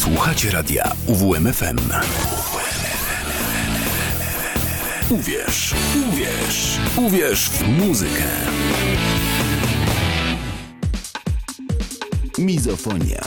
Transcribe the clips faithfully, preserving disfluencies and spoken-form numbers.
Słuchacie radia U W M F M. Uwierz, uwierz, uwierz w muzykę. Mizofonia.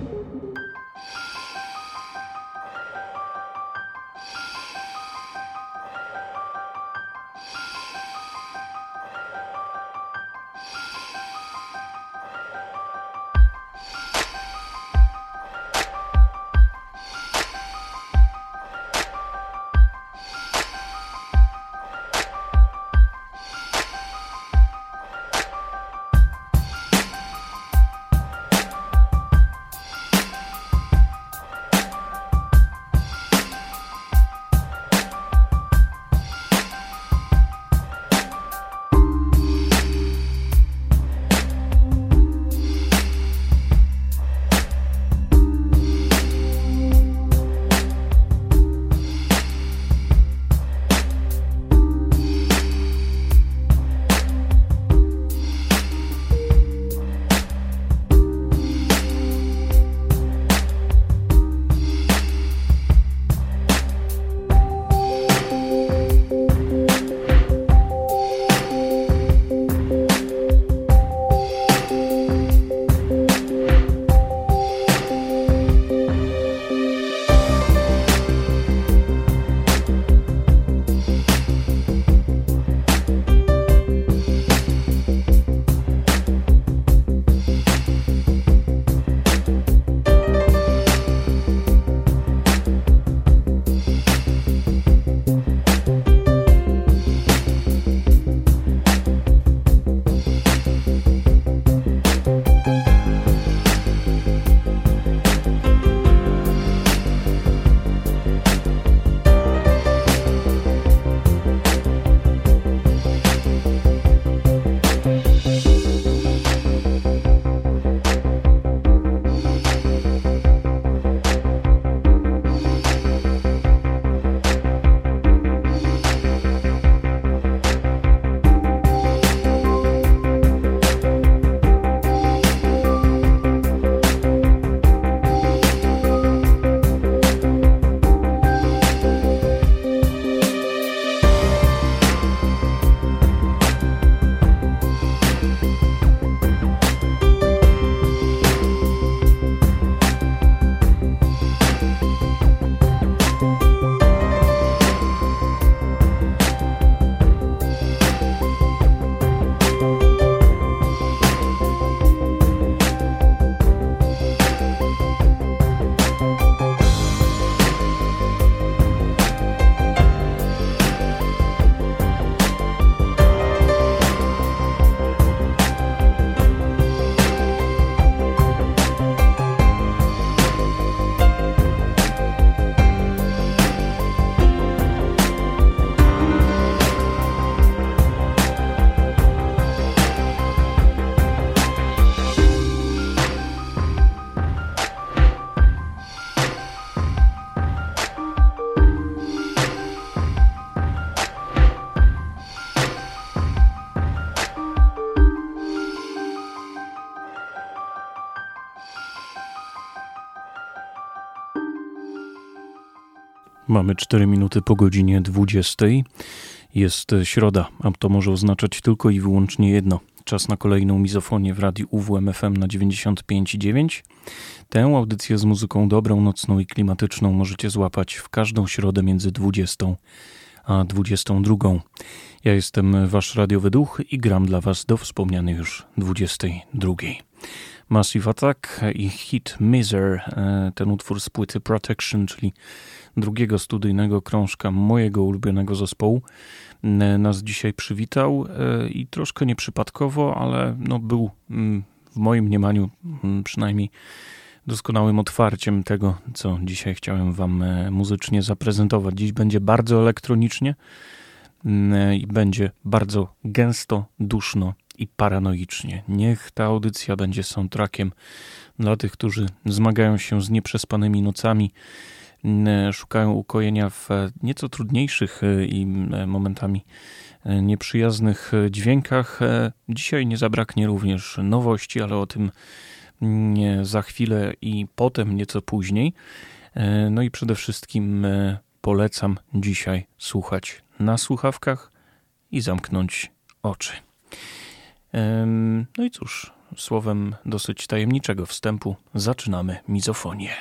Mamy cztery minuty po godzinie dwudziestej. Jest środa, a to może oznaczać tylko i wyłącznie jedno. Czas na kolejną mizofonię w radiu U W M F M na dziewięćdziesiąt pięć i dziewięć. Tę audycję z muzyką dobrą, nocną i klimatyczną możecie złapać w każdą środę między dwudziestą a dwudziestą drugą. Ja jestem wasz radiowy duch i gram dla was do wspomnianej już dwudziestej drugiej. Massive Attack i hit Miser, ten utwór z płyty Protection, czyli drugiego studyjnego krążka mojego ulubionego zespołu, nas dzisiaj przywitał i troszkę nieprzypadkowo, ale no był w moim mniemaniu przynajmniej doskonałym otwarciem tego, co dzisiaj chciałem wam muzycznie zaprezentować. Dziś będzie bardzo elektronicznie i będzie bardzo gęsto, duszno i paranoicznie. Niech ta audycja będzie soundtrackiem dla tych, którzy zmagają się z nieprzespanymi nocami, szukają ukojenia w nieco trudniejszych i momentami nieprzyjaznych dźwiękach. Dzisiaj nie zabraknie również nowości, ale o tym za chwilę i potem nieco później. No i przede wszystkim polecam dzisiaj słuchać na słuchawkach i zamknąć oczy. No i cóż, słowem dosyć tajemniczego wstępu zaczynamy mizofonię.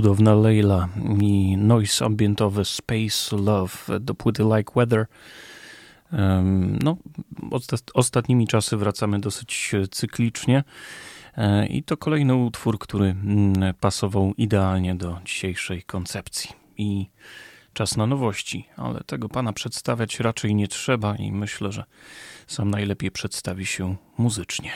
cudowna Leila i noise ambientowy Space Love do płyty Like Weather. No, ostatnimi czasy wracamy dosyć cyklicznie i to kolejny utwór, który pasował idealnie do dzisiejszej koncepcji. I czas na nowości, ale tego pana przedstawiać raczej nie trzeba i myślę, że sam najlepiej przedstawi się muzycznie.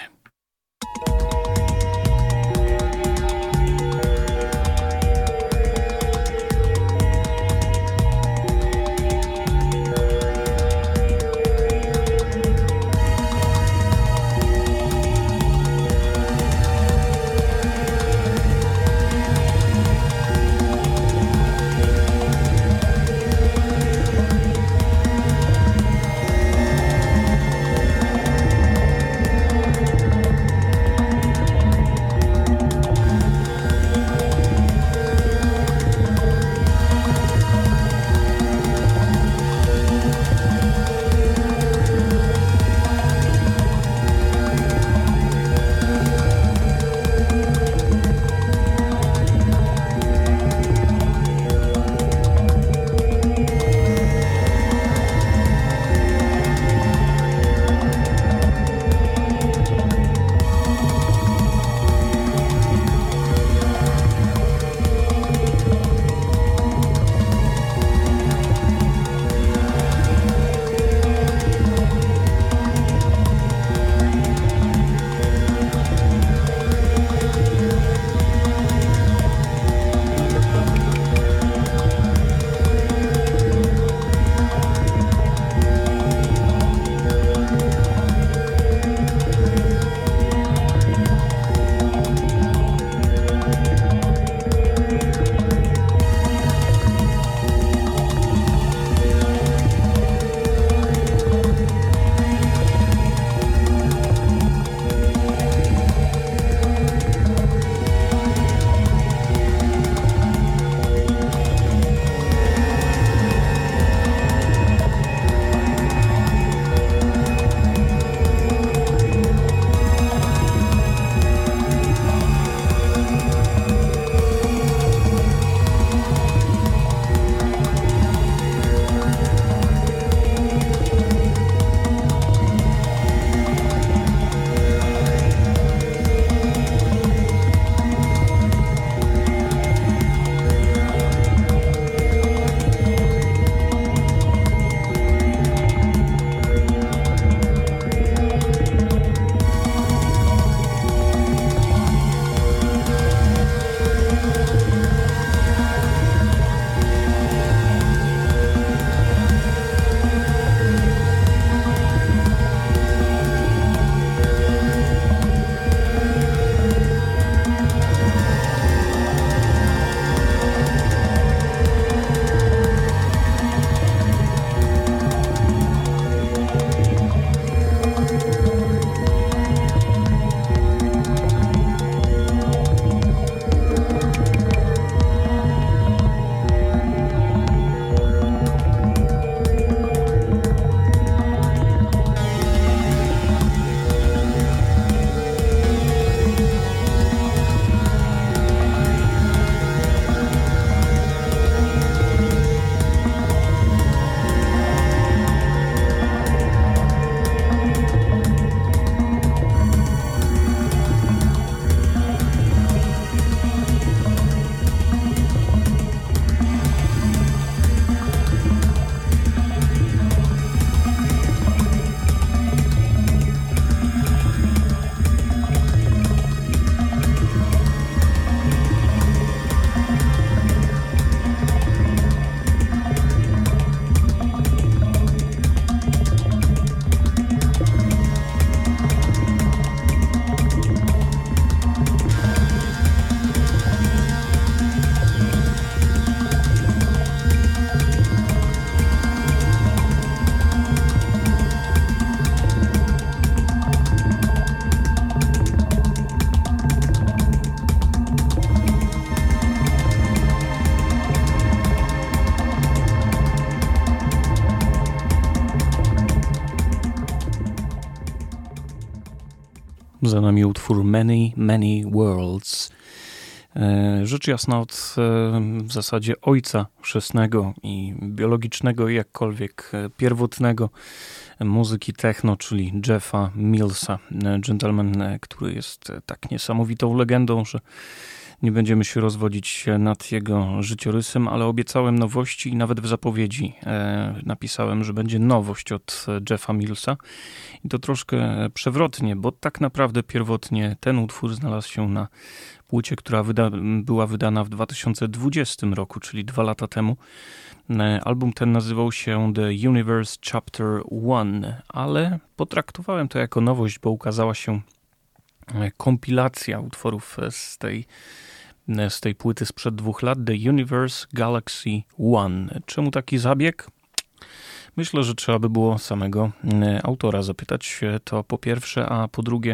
Za nami utwór Many, Many Worlds. Rzecz jasna od w zasadzie ojca chrzestnego i biologicznego, jakkolwiek pierwotnego muzyki techno, czyli Jeffa Millsa. Gentleman, który jest tak niesamowitą legendą, że nie będziemy się rozwodzić nad jego życiorysem, ale obiecałem nowości i nawet w zapowiedzi e, napisałem, że będzie nowość od Jeffa Millsa. I to troszkę przewrotnie, bo tak naprawdę pierwotnie ten utwór znalazł się na płycie, która wyda- była wydana w dwa tysiące dwudziestym roku, czyli dwa lata temu. E, album ten nazywał się The Universe Chapter One, ale potraktowałem to jako nowość, bo ukazała się kompilacja utworów z tej, z tej płyty sprzed dwóch lat, The Universe Galaxy One. Czemu taki zabieg? Myślę, że trzeba by było samego autora zapytać, to po pierwsze, a po drugie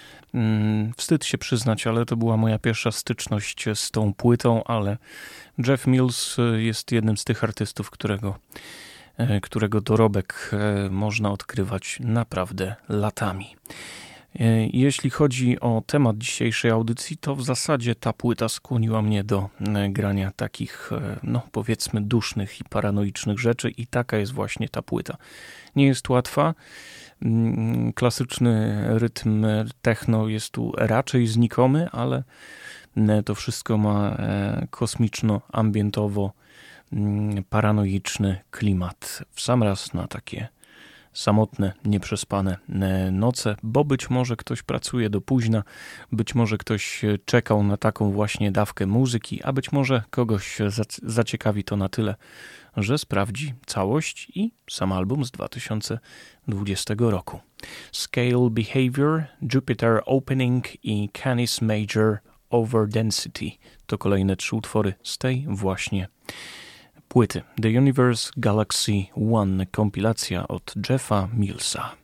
wstyd się przyznać, ale to była moja pierwsza styczność z tą płytą, ale Jeff Mills jest jednym z tych artystów, którego, którego dorobek można odkrywać naprawdę latami. Jeśli chodzi o temat dzisiejszej audycji, to w zasadzie ta płyta skłoniła mnie do grania takich, no powiedzmy, dusznych i paranoicznych rzeczy i taka jest właśnie ta płyta. Nie jest łatwa. Klasyczny rytm techno jest tu raczej znikomy, ale to wszystko ma kosmiczno-ambientowo paranoiczny klimat. W sam raz na takie samotne, nieprzespane noce, bo być może ktoś pracuje do późna, być może ktoś czekał na taką właśnie dawkę muzyki, a być może kogoś zaciekawi to na tyle, że sprawdzi całość i sam album z dwa tysiące dwudziestego roku. Scale Behavior, Jupiter Opening i Canis Major Overdensity to kolejne trzy utwory z tej właśnie płyty. The Universe Galaxy One, kompilacja od Jeffa Millsa.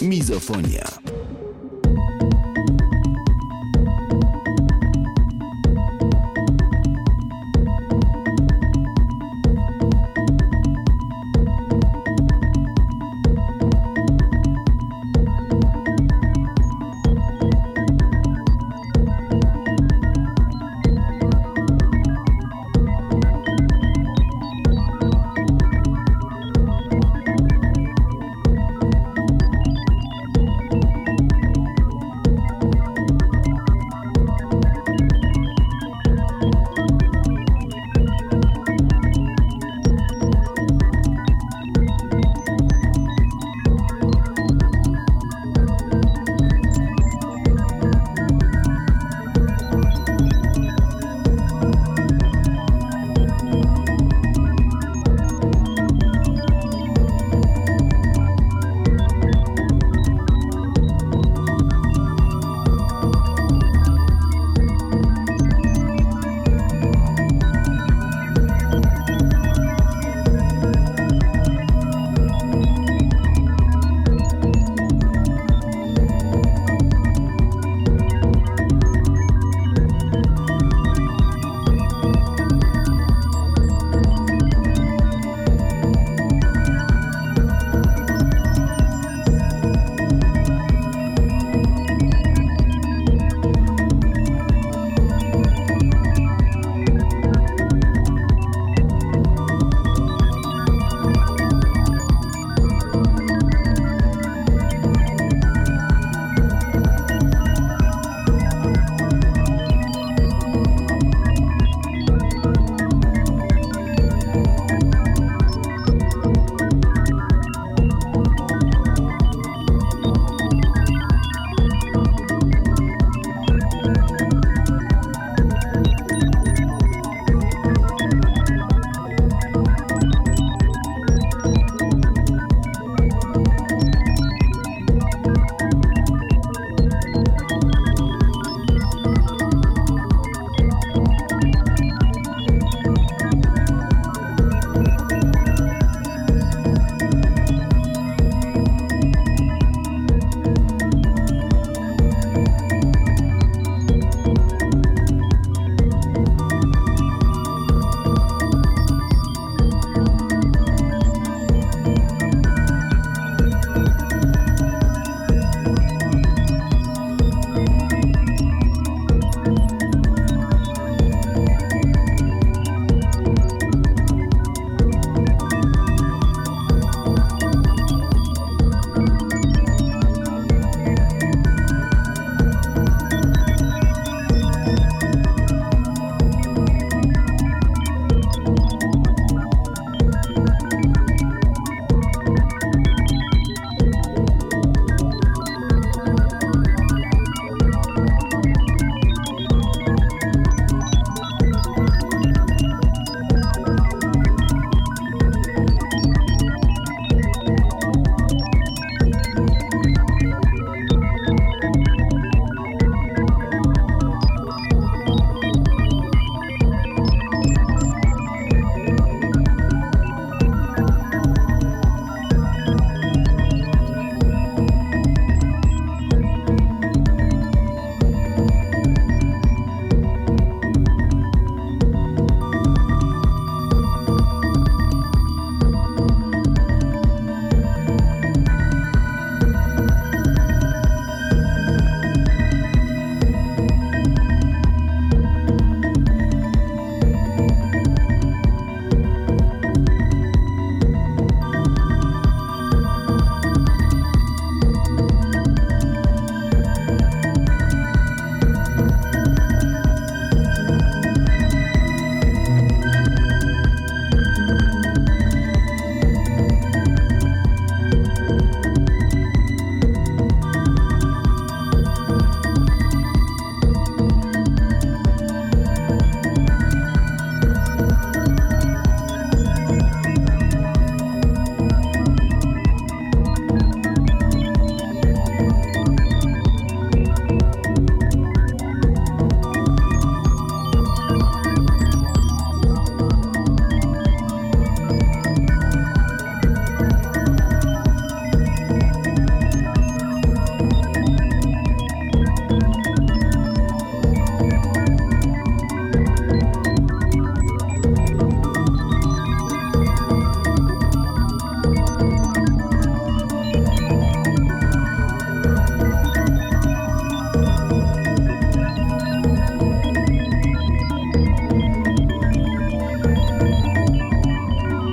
Mizofonia.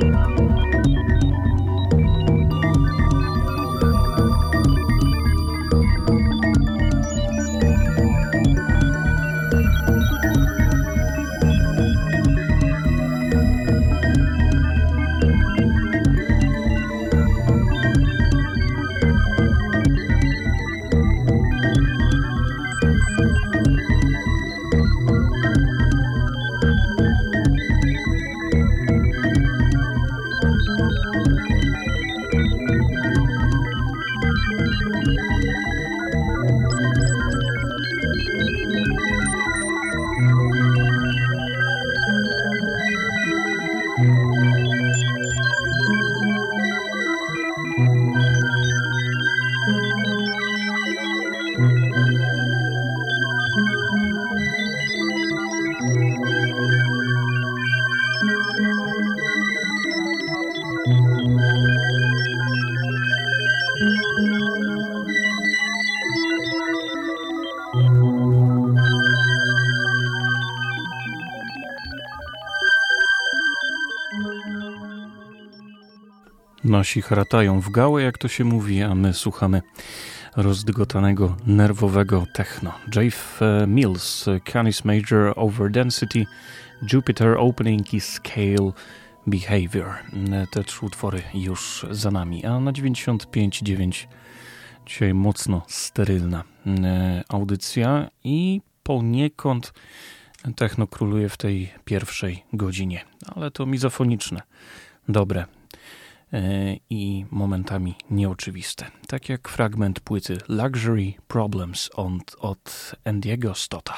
Nasi chratają w gałę, jak to się mówi, a my słuchamy rozdgotanego, nerwowego techno. Jeff Mills, Canis Major, Overdensity, Jupiter Opening i Scale Behavior. Te trzy utwory już za nami, a na dziewięćdziesiąt pięć dziewięć dzisiaj mocno sterylna audycja i poniekąd techno króluje w tej pierwszej godzinie, ale to mizofoniczne, dobre i momentami nieoczywiste. Tak jak fragment płyty Luxury Problems od, od Andiego Stotta.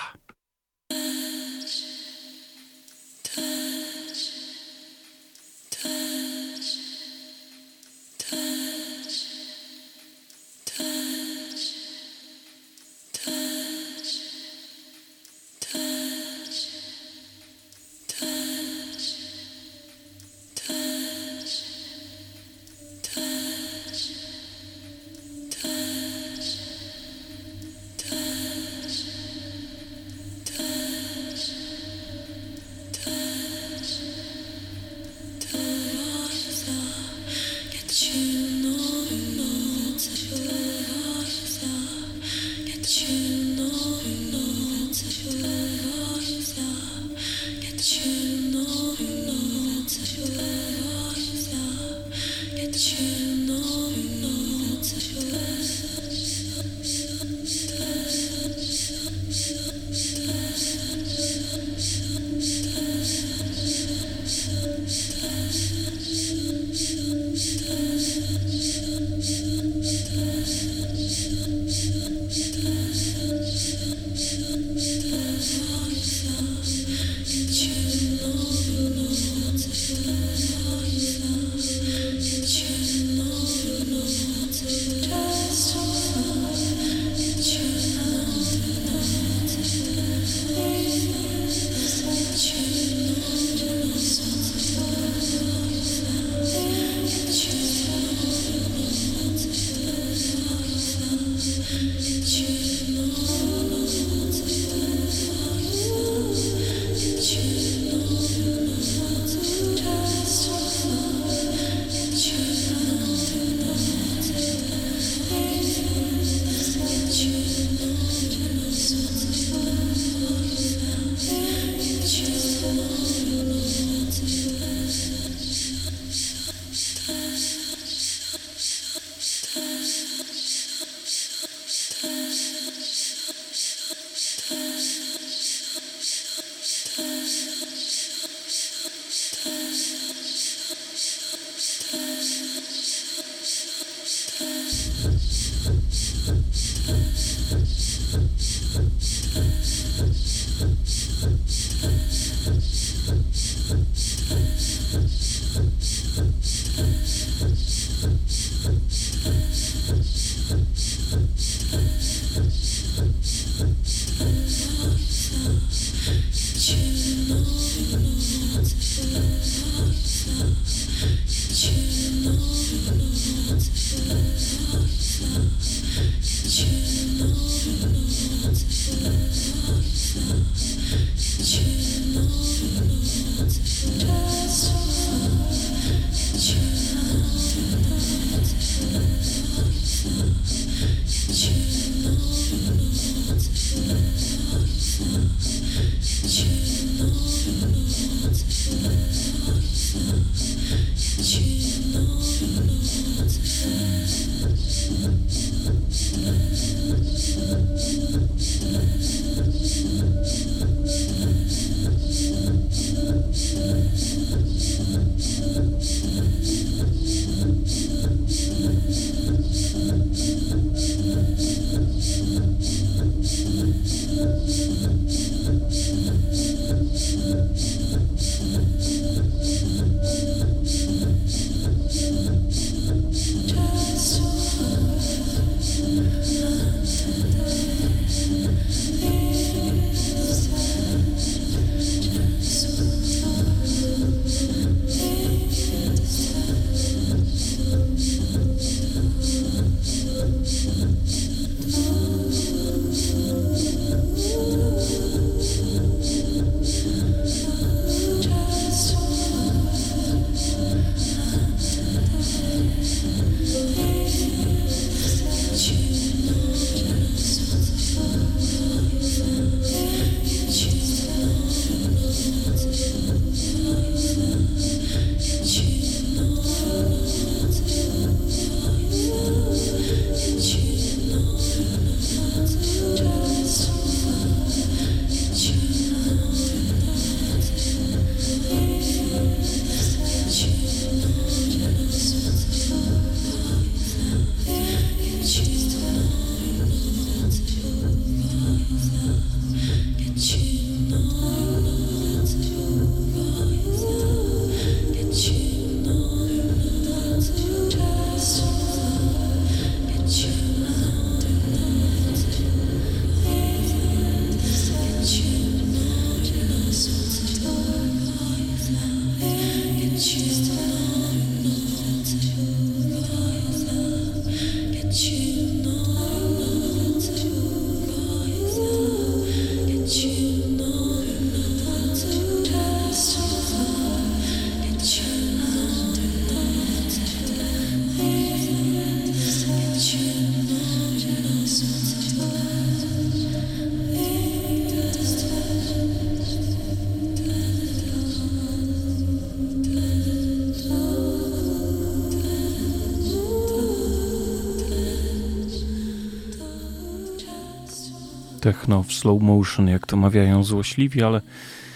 Techno w slow motion, jak to mawiają złośliwi, ale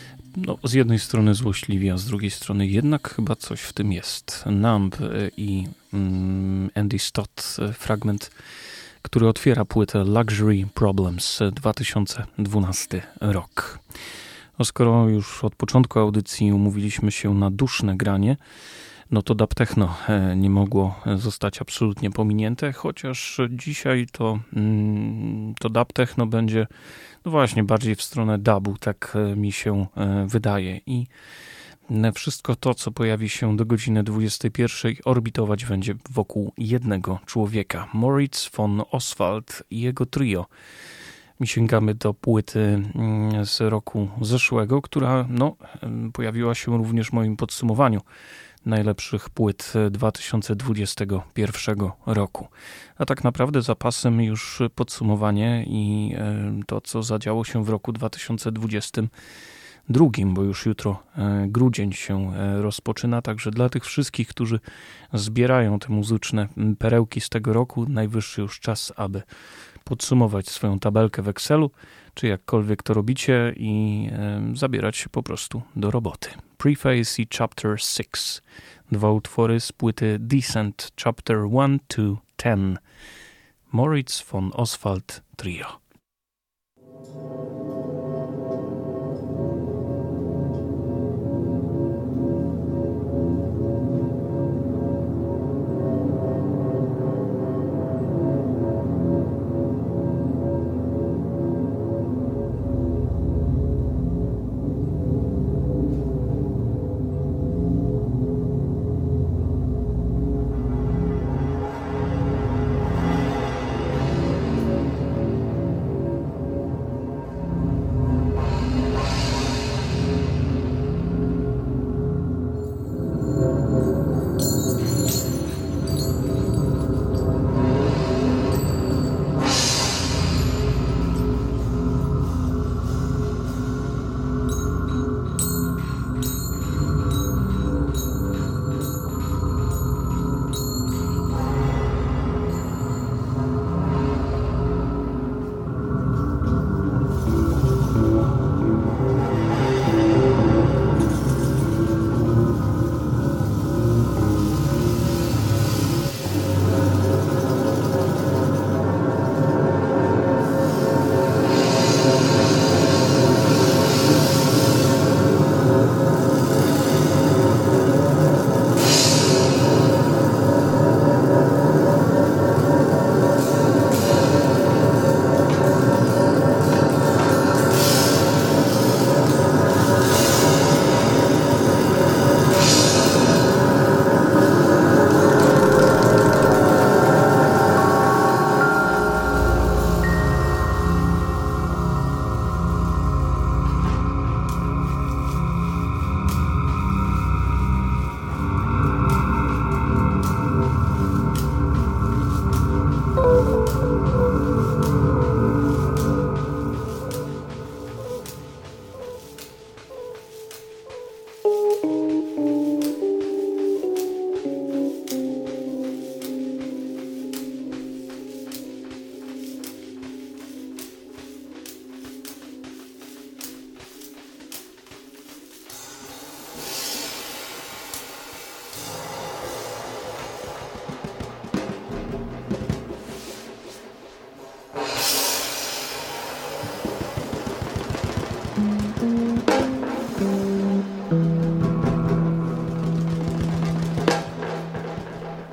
no, z jednej strony złośliwi, a z drugiej strony jednak chyba coś w tym jest. Numb i mm, Andy Stott, fragment, który otwiera płytę Luxury Problems, dwa tysiące dwunasty rok. No, skoro już od początku audycji umówiliśmy się na duszne granie, no to dub techno nie mogło zostać absolutnie pominięte, chociaż dzisiaj to, to dub techno będzie no właśnie bardziej w stronę dubu, tak mi się wydaje. I wszystko to, co pojawi się do godziny dwudziestej pierwszej, orbitować będzie wokół jednego człowieka. Moritz von Oswald i jego trio. My sięgamy do płyty z roku zeszłego, która no, pojawiła się również w moim podsumowaniu najlepszych płyt dwa tysiące dwudziestego pierwszego roku. A tak naprawdę zapasem już podsumowanie i to, co zadziało się w roku dwa tysiące dwudziestym drugim, bo już jutro grudzień się rozpoczyna, także dla tych wszystkich, którzy zbierają te muzyczne perełki z tego roku, najwyższy już czas, aby podsumować swoją tabelkę w Excelu, czy jakkolwiek to robicie i zabierać się po prostu do roboty. Preface i Chapter six. Dwa utwory z płyty Descent Chapter one to ten. Moritz von Oswald Trio.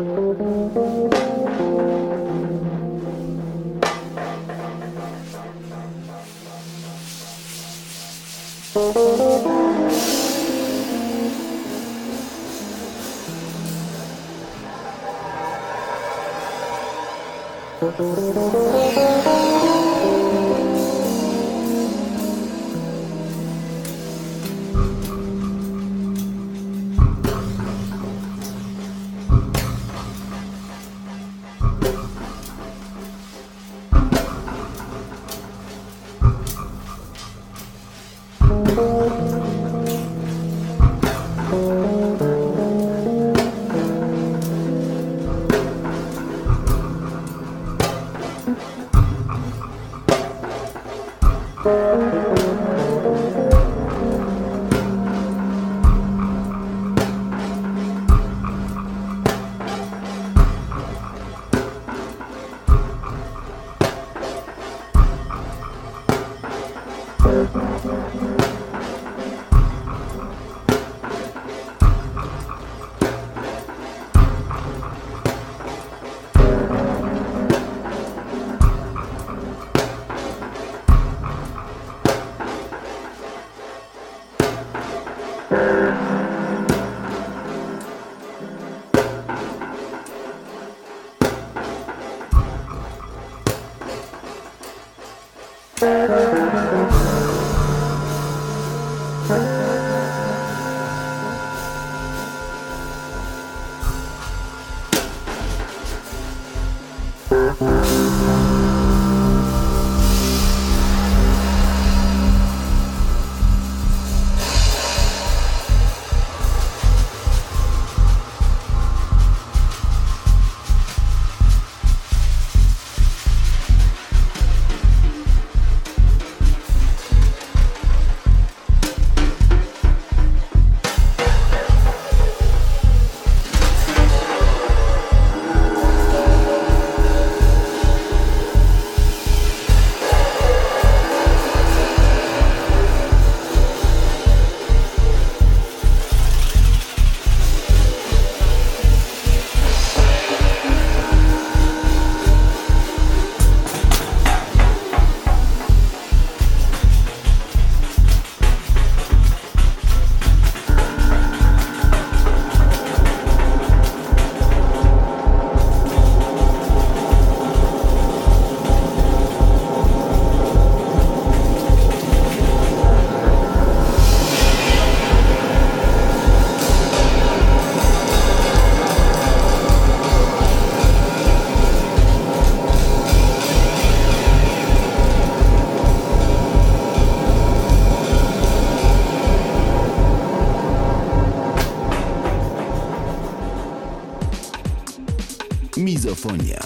Mizofonia.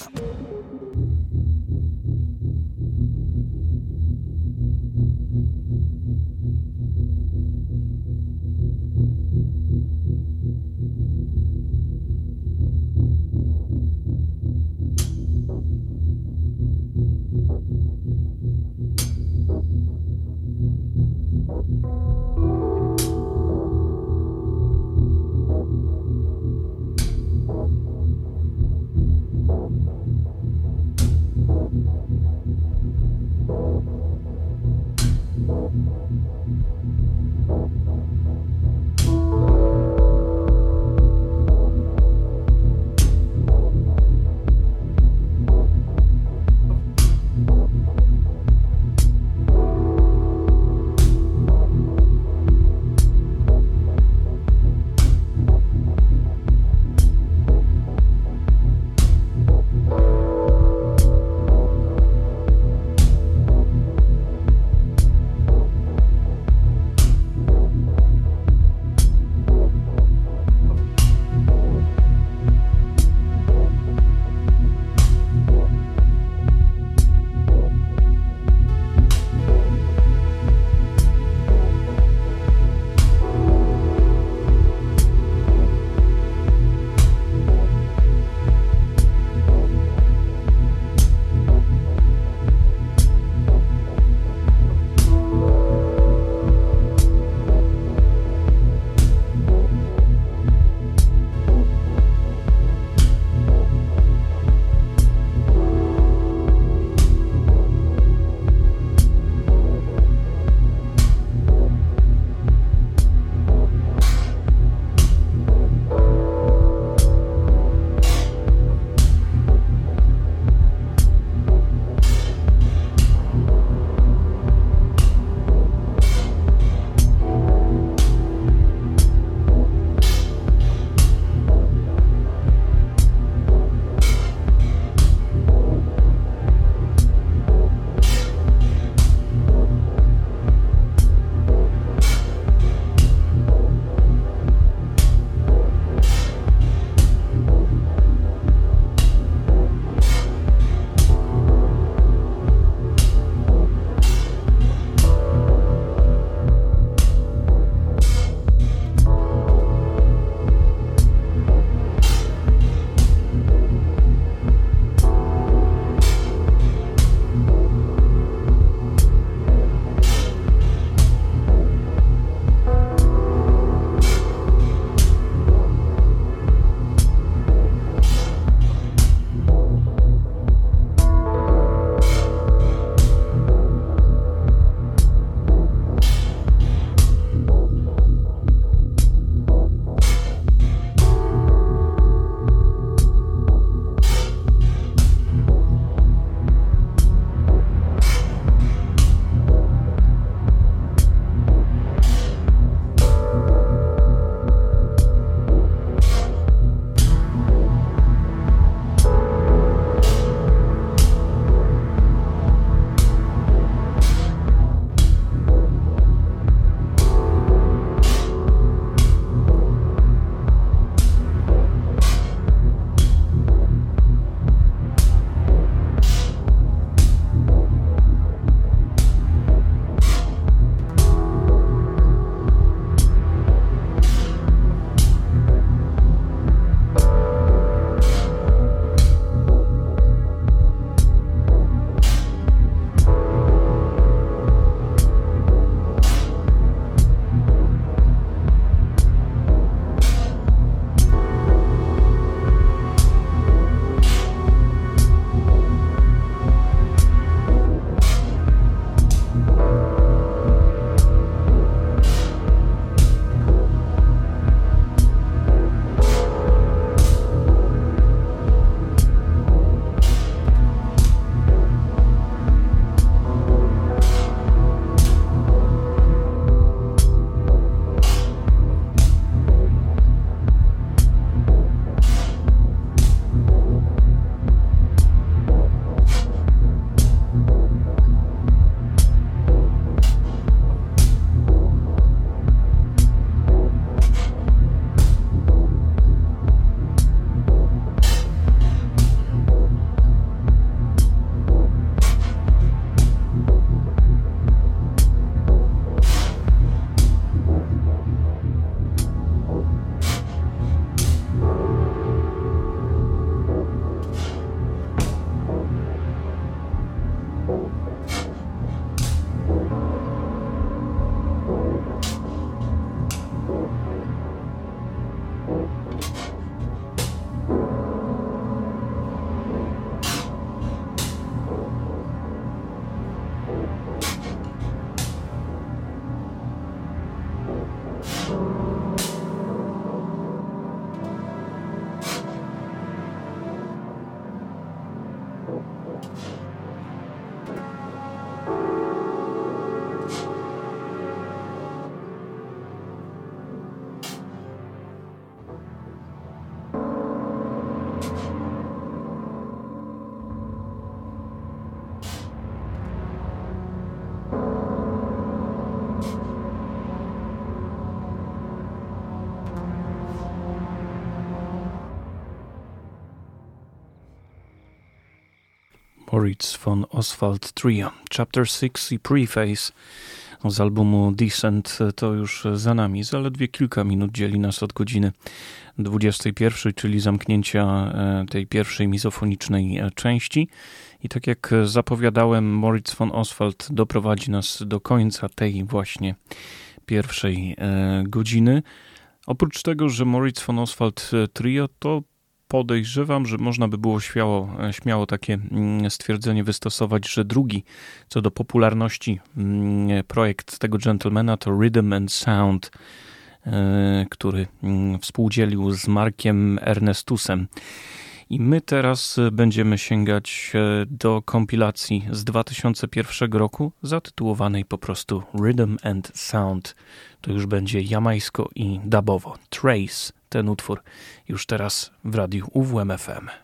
Moritz von Oswald Trio. Chapter six i Preface z albumu Descent to już za nami. Zaledwie kilka minut dzieli nas od godziny dwudziestej pierwszej, czyli zamknięcia tej pierwszej mizofonicznej części. I tak jak zapowiadałem, Moritz von Oswald doprowadzi nas do końca tej właśnie pierwszej godziny. Oprócz tego, że Moritz von Oswald Trio, to podejrzewam, że można by było śmiało, śmiało takie stwierdzenie wystosować, że drugi co do popularności projekt tego gentlemana to Rhythm and Sound, który współdzielił z Markiem Ernestusem. I my teraz będziemy sięgać do kompilacji z dwa tysiące pierwszego roku, zatytułowanej po prostu Rhythm and Sound. To już będzie jamajsko i dubowo. Trace, ten utwór już teraz w radiu U W M F M.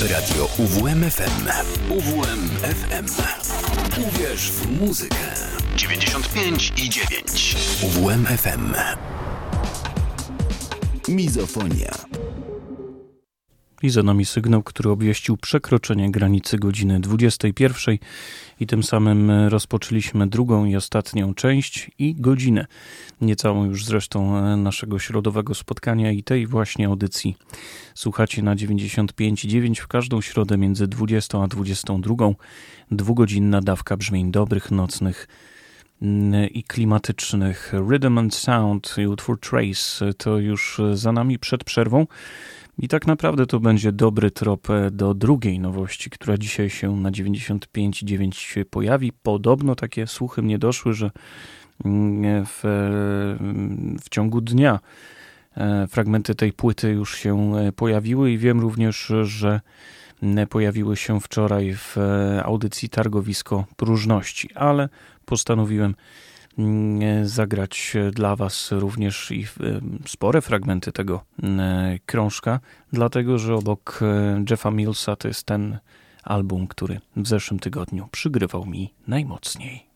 Radio U W M F M. U W M F M. Uwierz w muzykę. dziewięćdziesiąt pięć i dziewięć. U W M F M. Mizofonia. I za nami sygnał, który obwieścił przekroczenie granicy godziny dwudziestej pierwszej i tym samym rozpoczęliśmy drugą i ostatnią część i godzinę, niecałą już zresztą naszego środowego spotkania i tej właśnie audycji. Słuchacie na dziewięćdziesiąt pięć i dziewięć w każdą środę między dwudziestą a dwudziestą drugą. Dwugodzinna dawka brzmień dobrych, nocnych i klimatycznych. Rhythm and Sound i utwór Trace to już za nami przed przerwą. I tak naprawdę to będzie dobry trop do drugiej nowości, która dzisiaj się na dziewięćdziesiąt pięć i dziewięć pojawi. Podobno takie słuchy mnie doszły, że w, w ciągu dnia fragmenty tej płyty już się pojawiły i wiem również, że pojawiły się wczoraj w audycji Targowisko Próżności, ale postanowiłem zagrać dla Was również i spore fragmenty tego krążka, dlatego że obok Jeffa Millsa to jest ten album, który w zeszłym tygodniu przygrywał mi najmocniej.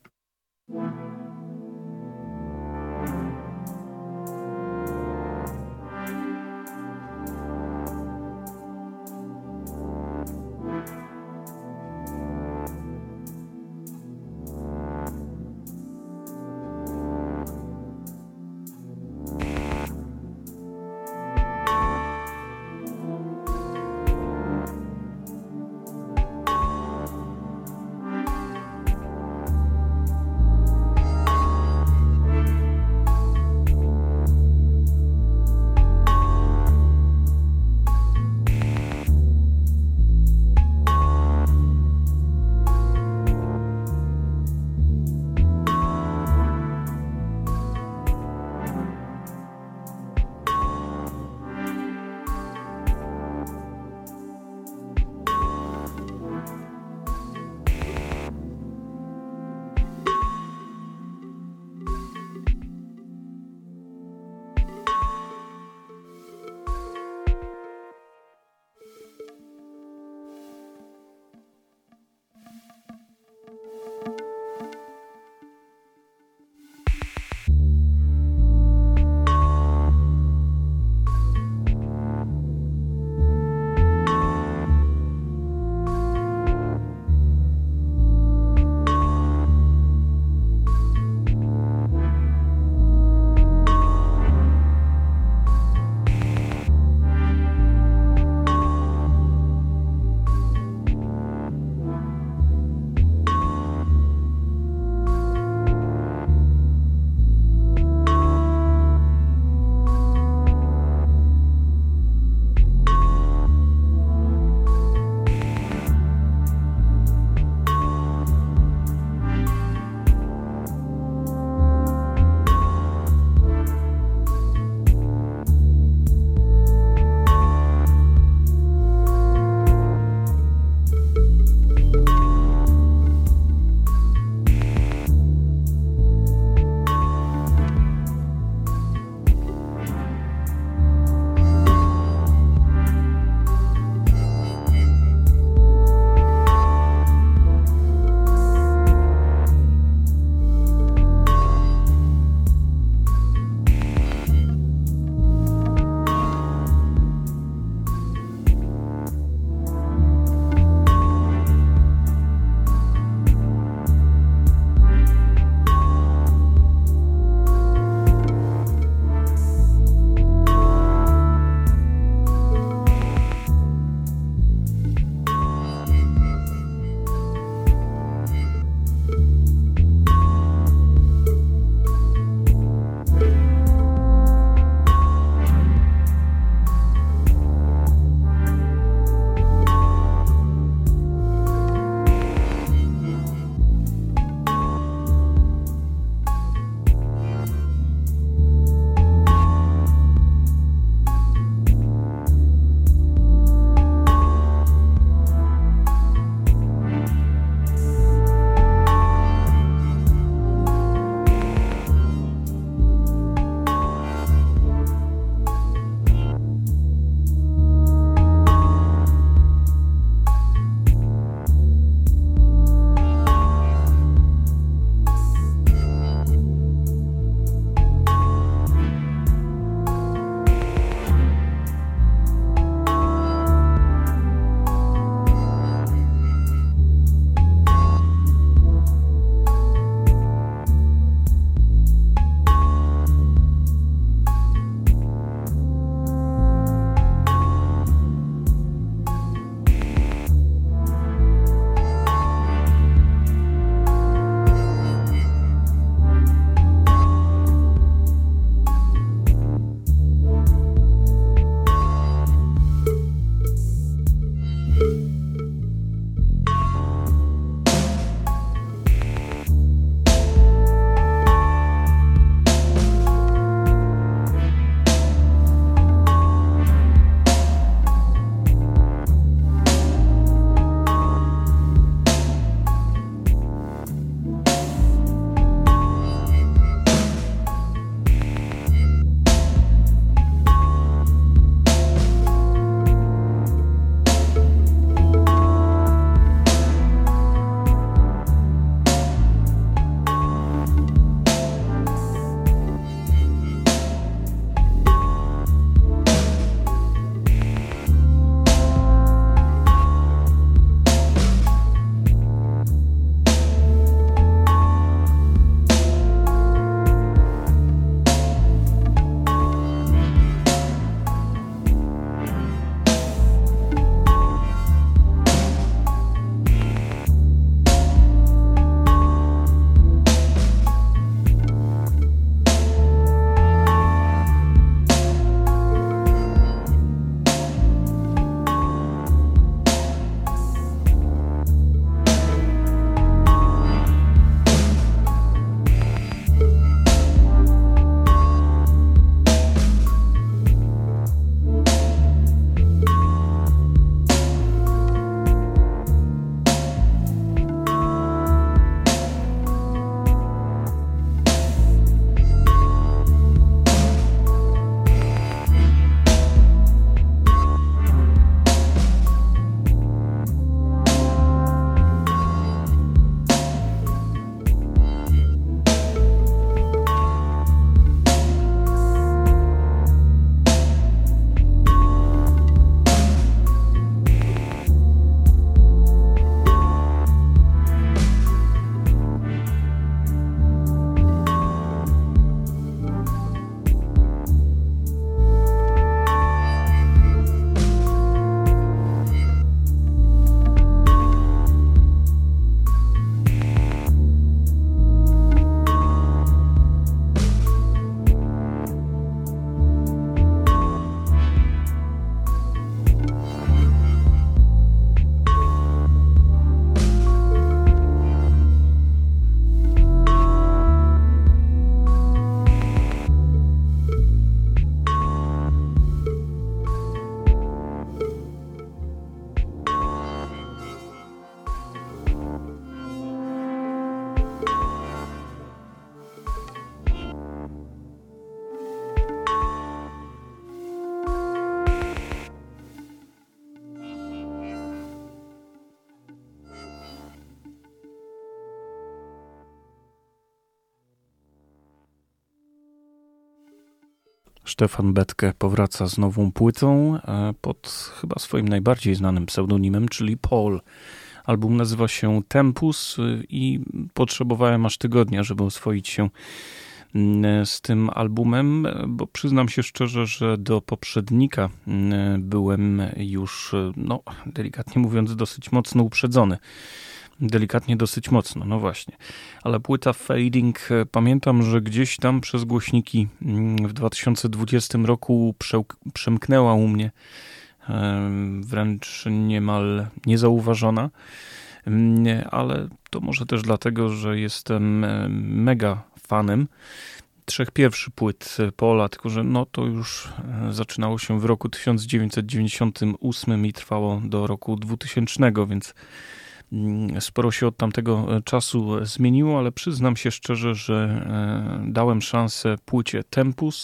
Stefan Betke powraca z nową płytą pod chyba swoim najbardziej znanym pseudonimem, czyli Paul. Album nazywa się Tempus i potrzebowałem aż tygodnia, żeby oswoić się z tym albumem, bo przyznam się szczerze, że do poprzednika byłem już, no delikatnie mówiąc, dosyć mocno uprzedzony. Delikatnie dosyć mocno, no właśnie. Ale płyta Fading, pamiętam, że gdzieś tam przez głośniki w dwa tysiące dwudziestym roku przemknęła u mnie, wręcz niemal niezauważona, ale to może też dlatego, że jestem mega fanem trzech pierwszych płyt Paula, tylko że no to już zaczynało się w roku tysiąc dziewięćset dziewięćdziesiątym ósmym i trwało do roku dwutysięcznego, więc sporo się od tamtego czasu zmieniło, ale przyznam się szczerze, że dałem szansę płycie Tempus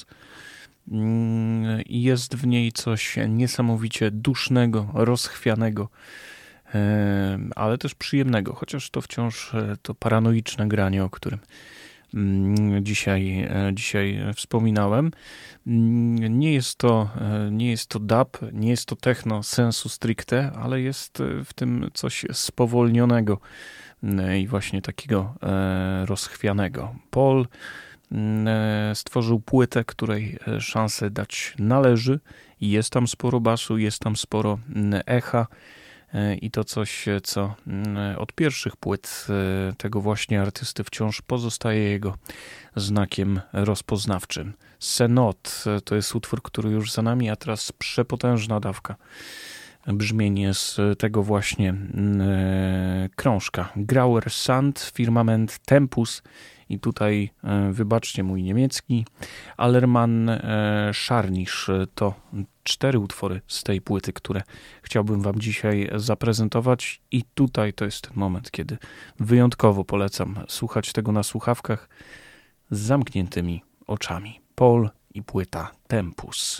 i jest w niej coś niesamowicie dusznego, rozchwianego, ale też przyjemnego, chociaż to wciąż to paranoiczne granie, o którym dzisiaj, dzisiaj wspominałem. Nie jest to, nie jest to dub, nie jest to techno sensu stricte, ale jest w tym coś spowolnionego i właśnie takiego rozchwianego. Paul stworzył płytę, której szansę dać należy. Jest tam sporo basu, jest tam sporo echa i to coś, co od pierwszych płyt tego właśnie artysty wciąż pozostaje jego znakiem rozpoznawczym. Senot to jest utwór, który już za nami, a teraz przepotężna dawka. Brzmienie z tego właśnie krążka. Grauer Sand, Firmament, Tempus i tutaj wybaczcie mój niemiecki. Allermann Scharnisch to cztery utwory z tej płyty, które chciałbym wam dzisiaj zaprezentować i tutaj to jest ten moment, kiedy wyjątkowo polecam słuchać tego na słuchawkach z zamkniętymi oczami. Paul i płyta Tempus.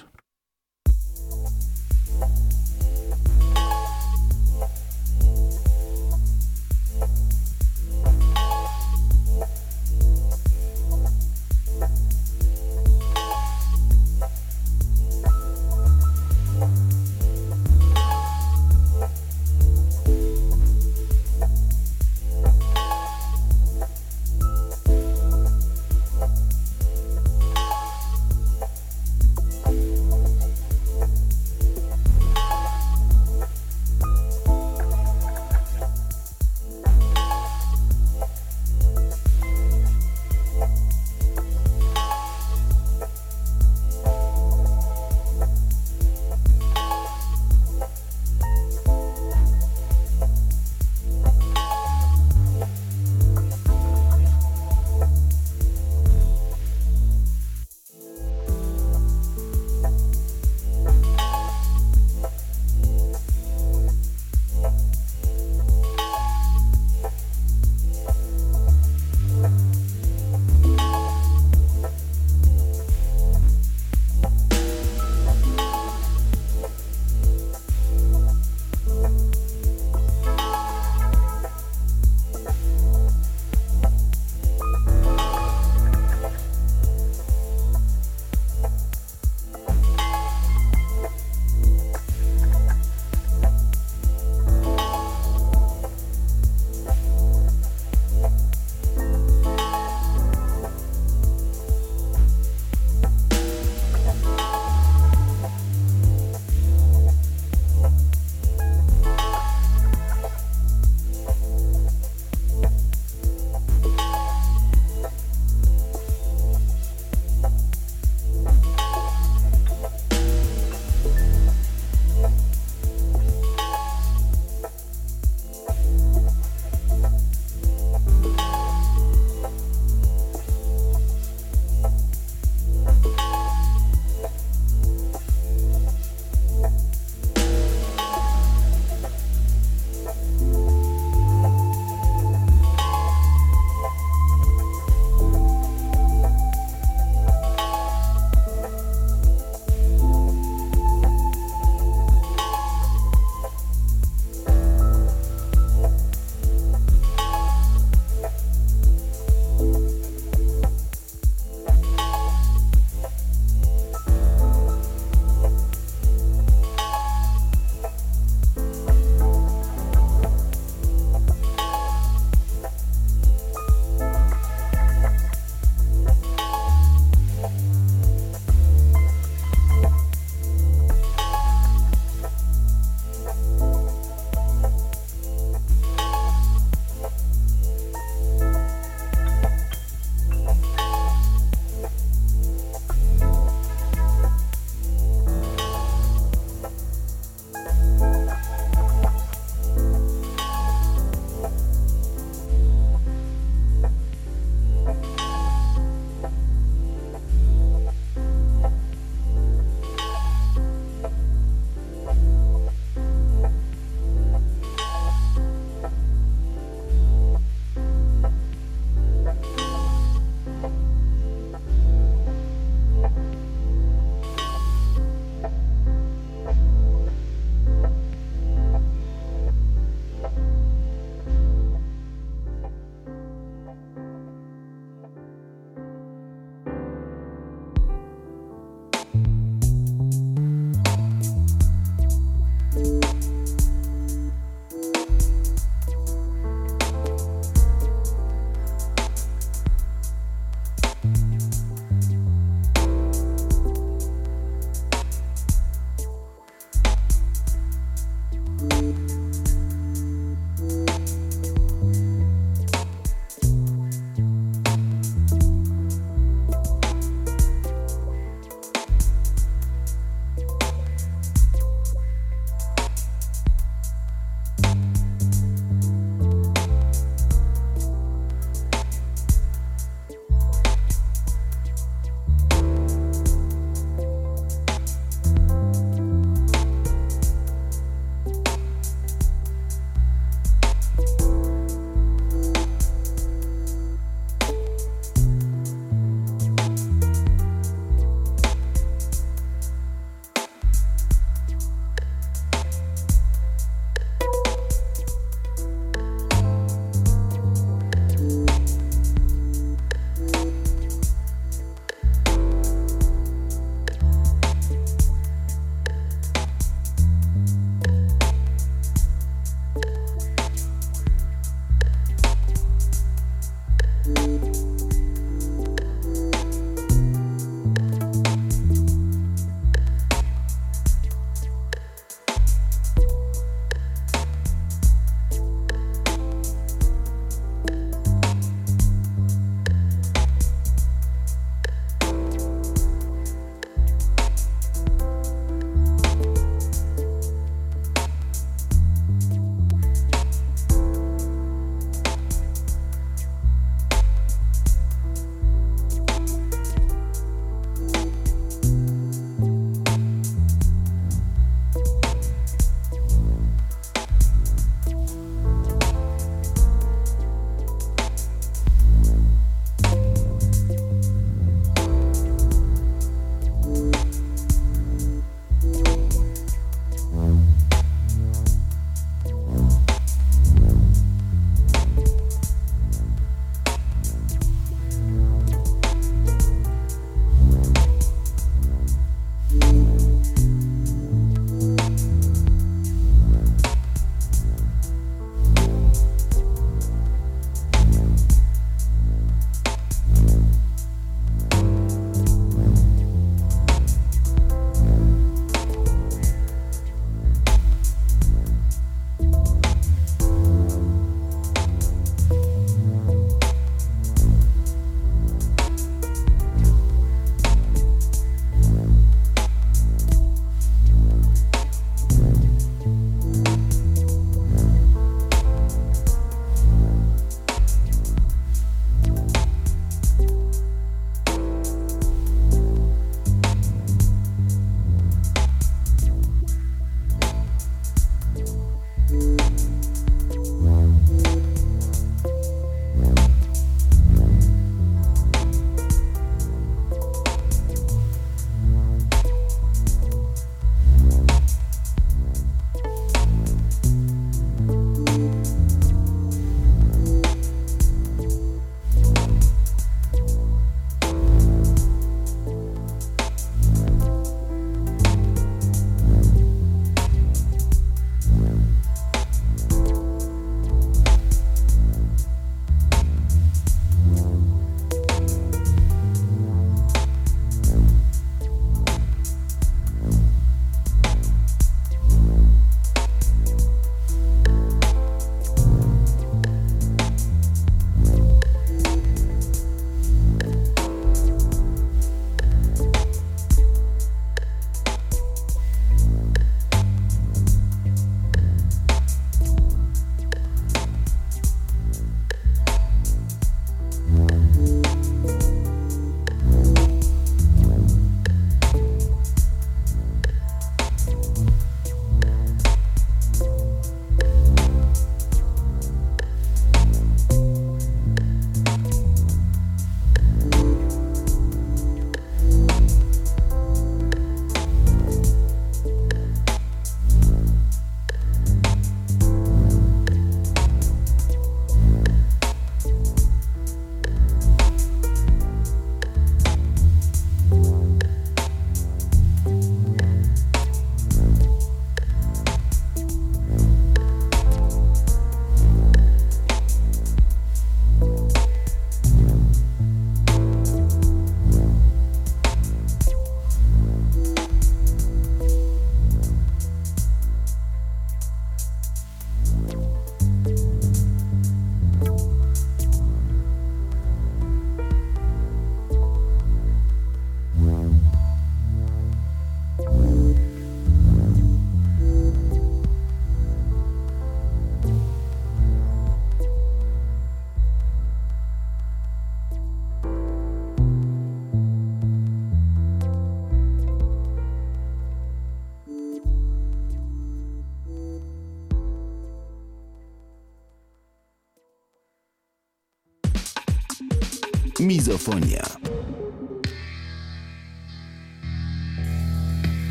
Mizofonia.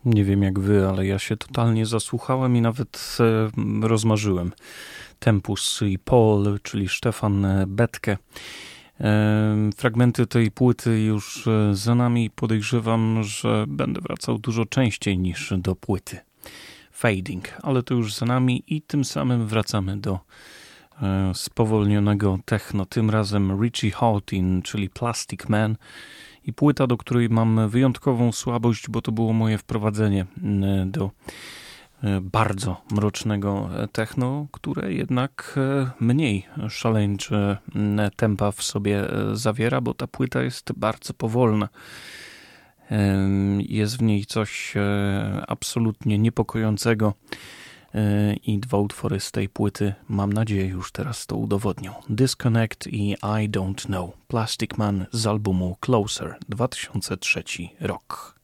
Nie wiem jak wy, ale ja się totalnie zasłuchałem i nawet e, rozmarzyłem. Tempus i Paul, czyli Stefan Betke. E, fragmenty tej płyty już za nami. Podejrzewam, że będę wracał dużo częściej niż do płyty Fading, ale to już za nami i tym samym wracamy do e, spowolnionego techno. Tym razem Richie Hawtin, czyli Plastic Man. I płyta, do której mam wyjątkową słabość, bo to było moje wprowadzenie do bardzo mrocznego techno, które jednak mniej szaleńcze tempa w sobie zawiera, bo ta płyta jest bardzo powolna. Jest w niej coś absolutnie niepokojącego i dwa utwory z tej płyty, mam nadzieję, już teraz to udowodnią. Disconnect i I Don't Know. Plastic Man z albumu Closer, dwa tysiące trzeci rok.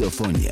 Mizofonia.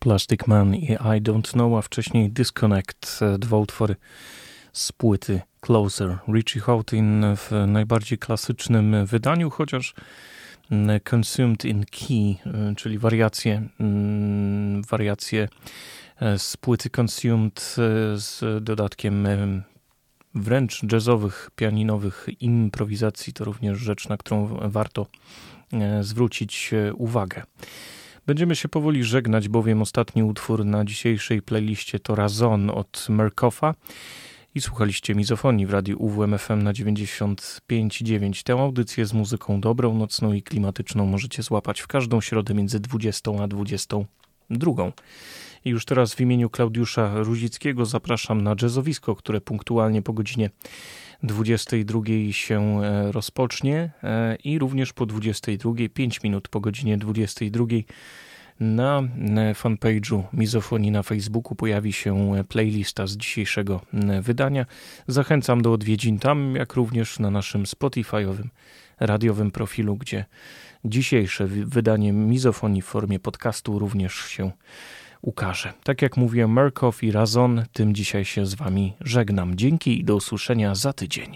Plastic Man i I Don't Know, a wcześniej Disconnect, dwa utwory z płyty Closer. Richie Hawtin w najbardziej klasycznym wydaniu, chociaż Consumed in Key, czyli wariacje, wariacje z płyty Consumed z dodatkiem wręcz jazzowych, pianinowych improwizacji, to również rzecz, na którą warto zwrócić uwagę. Będziemy się powoli żegnać, bowiem ostatni utwór na dzisiejszej playliście to Razon od Murkoffa i słuchaliście Mizofonii w radiu U W M F M na dziewięćdziesiąt pięć i dziewięć. Tę audycję z muzyką dobrą, nocną i klimatyczną możecie złapać w każdą środę między dwudziestą a dwudziestą drugą. I już teraz w imieniu Klaudiusza Ruzickiego zapraszam na jazzowisko, które punktualnie po godzinie dwudziestej drugiej się rozpocznie i również po dwudziestej drugiej, pięć minut po godzinie dwudziestej drugiej na fanpage'u Mizofonii na Facebooku pojawi się playlista z dzisiejszego wydania. Zachęcam do odwiedzin tam, jak również na naszym Spotify'owym radiowym profilu, gdzie dzisiejsze wydanie Mizofonii w formie podcastu również się ukaże. Tak jak mówiłem, Murkoff i Razon, tym dzisiaj się z wami żegnam. Dzięki i do usłyszenia za tydzień.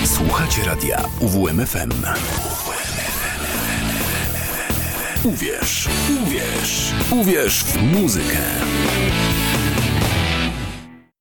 Słuchacie radia U W M F M. Uwierz, uwierz, uwierz w muzykę.